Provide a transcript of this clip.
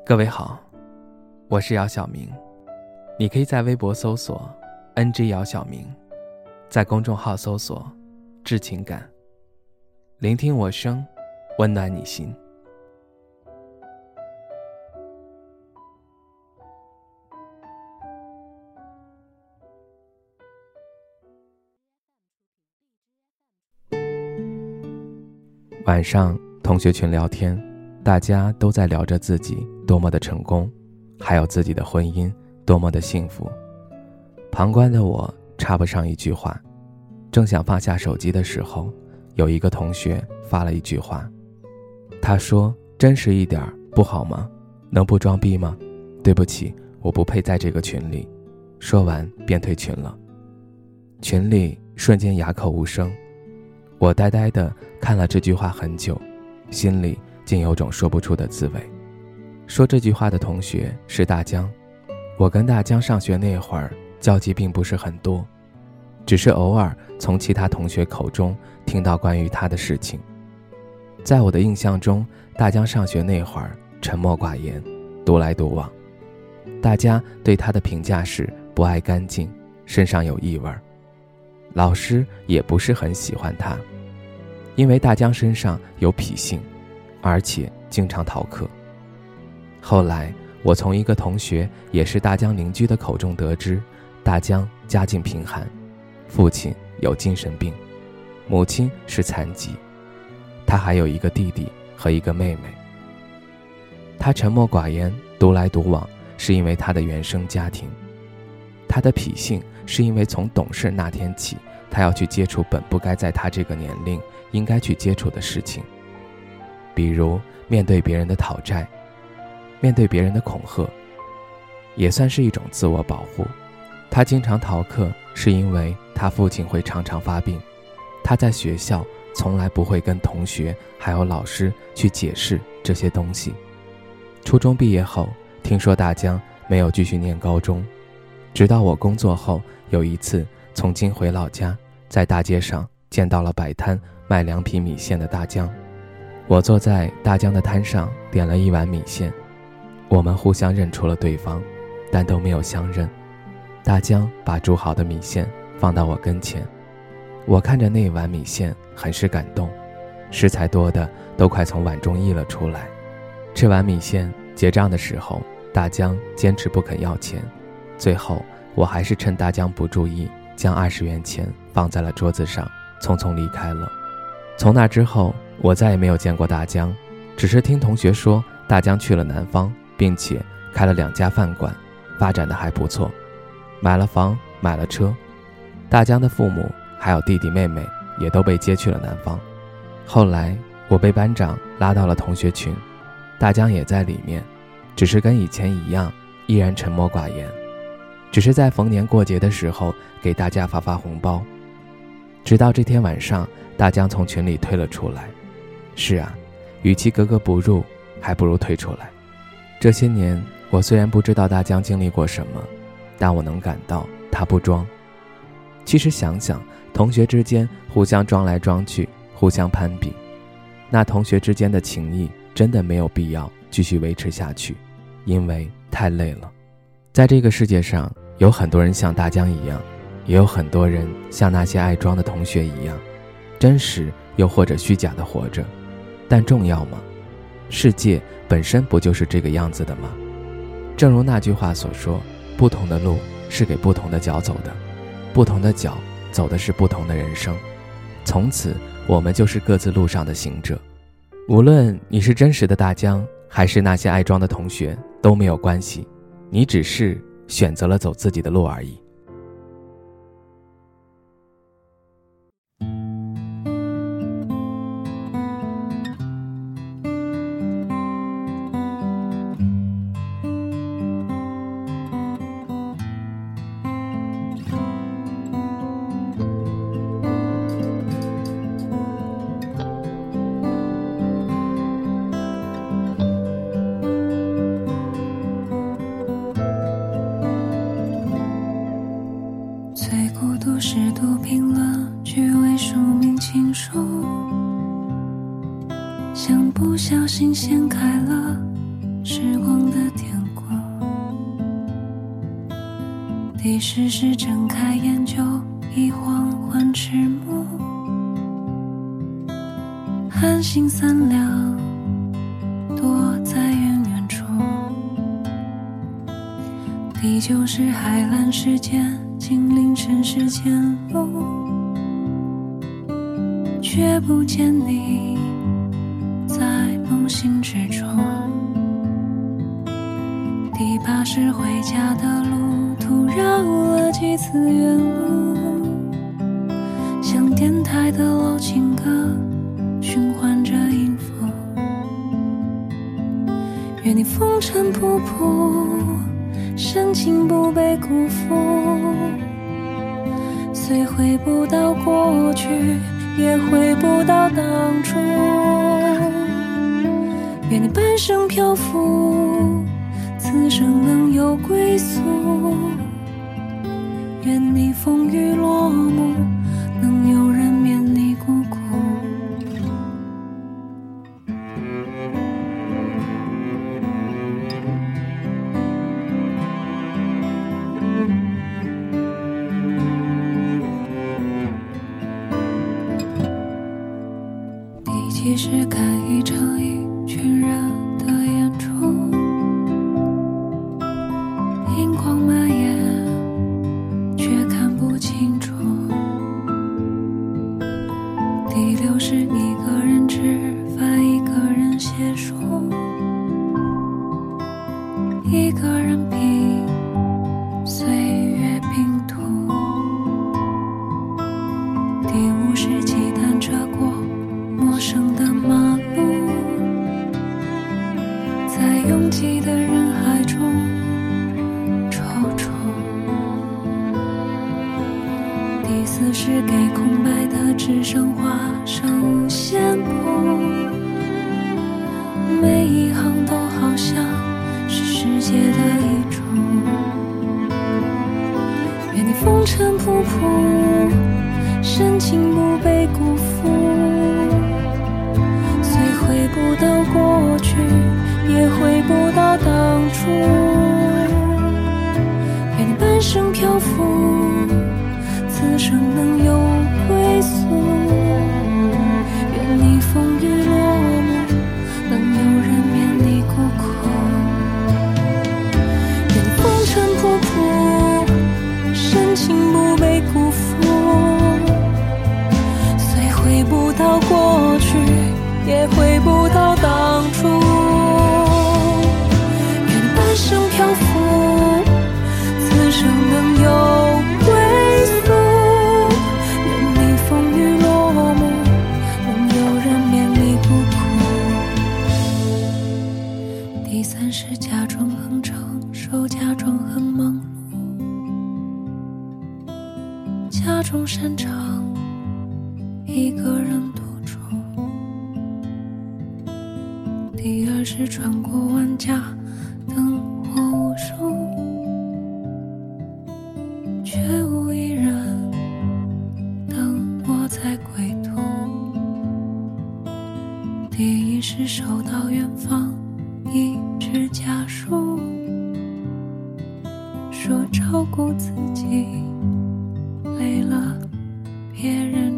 各位好，我是姚晓明，你可以在微博搜索 NG 姚晓明，在公众号搜索致情感，聆听我声，温暖你心。晚上同学群聊天，大家都在聊着自己多么的成功，还有自己的婚姻多么的幸福。旁观的我插不上一句话，正想放下手机的时候，有一个同学发了一句话，他说：真实一点不好吗？能不装逼吗？对不起，我不配在这个群里。说完便退群了。群里瞬间哑口无声，我呆呆地看了这句话很久，心里竟有种说不出的滋味。说这句话的同学是大江，我跟大江上学那会儿交集并不是很多，只是偶尔从其他同学口中听到关于他的事情。在我的印象中，大江上学那会儿沉默寡言，独来独往。大家对他的评价是不爱干净，身上有异味。老师也不是很喜欢他，因为大江身上有痞性，而且经常逃课。后来我从一个同学也是大江邻居的口中得知，大江家境贫寒，父亲有精神病，母亲是残疾，他还有一个弟弟和一个妹妹。他沉默寡言，独来独往，是因为他的原生家庭。他的痞性是因为从懂事那天起，他要去接触本不该在他这个年龄应该去接触的事情，比如面对别人的讨债，面对别人的恐吓，也算是一种自我保护。他经常逃课，是因为他父亲会常常发病，他在学校从来不会跟同学还有老师去解释这些东西。初中毕业后，听说大江没有继续念高中，直到我工作后，有一次从京回老家，在大街上见到了摆摊卖2匹米线的大江。我坐在大江的摊上，点了1碗米线，我们互相认出了对方，但都没有相认。大江把煮好的米线放到我跟前，我看着那碗米线很是感动，食材多的都快从碗中溢了出来。吃完米线结账的时候，大江坚持不肯要钱，最后我还是趁大江不注意，将20元钱放在了桌子上，匆匆离开了。从那之后，我再也没有见过大江，只是听同学说大江去了南方，并且开了2家饭馆，发展的还不错，买了房，买了车。大江的父母还有弟弟妹妹也都被接去了南方。后来我被班长拉到了同学群，大江也在里面，只是跟以前一样，依然沉默寡言，只是在逢年过节的时候给大家发发红包。直到这天晚上，大江从群里退了出来。是啊，与其格格不入，还不如退出来。这些年，我虽然不知道大江经历过什么，但我能感到他不装。其实想想，同学之间互相装来装去，互相攀比，那同学之间的情谊真的没有必要继续维持下去，因为太累了。在这个世界上，有很多人像大江一样，也有很多人像那些爱装的同学一样，真实又或者虚假的活着。但重要吗？世界本身不就是这个样子的吗？正如那句话所说，不同的路是给不同的脚走的，不同的脚走的是不同的人生。从此我们就是各自路上的行者。无论你是真实的大江，还是那些爱装的同学，都没有关系，你只是选择了走自己的路而已。 是毒品了，去为署名情书，像不小心掀开了时光的典故。第10时睁开眼就已缓缓迟暮，寒星散了，躲在远远处。第9时海蓝时间，经凌晨时间路，却不见你在梦醒之中。第8时回家的路，途绕了几次远路，像电台的老情歌循环着音符。愿你风尘仆仆，深情不被辜负，虽回不到过去，也回不到当初。愿你半生漂浮，此生能有归宿。愿你风雨落幕，能有人勉你孤苦。第7时看一场一群人的演出，荧光蔓延，却看不清楚。第6时一个人吃饭，一个人写书，一个人品岁月拼图。第5时骑单车过陌生的马路，在拥挤的人海中踌躇。第4时给空白的纸上画上无限步，每一行都好像是世界的遗嘱。愿你风尘仆仆，深情不被辜负，虽回不到过去，也回不到当初。愿你半生漂浮，此生能有归宿。愿你风雨落幕，能有人勉你孤苦。愿你风尘仆仆，深情不被辜负，虽回不到过去，也回不到当初。愿你半生漂浮，此生能有归宿。愿你风雨落幕，能有人勉你孤苦。第3时假装很成熟，假装很忙碌，假装擅长一个人独处。第2时穿过万家灯火无数，却无一人等我在归途。第1时收到远方一纸家书，说照顾自己累了别人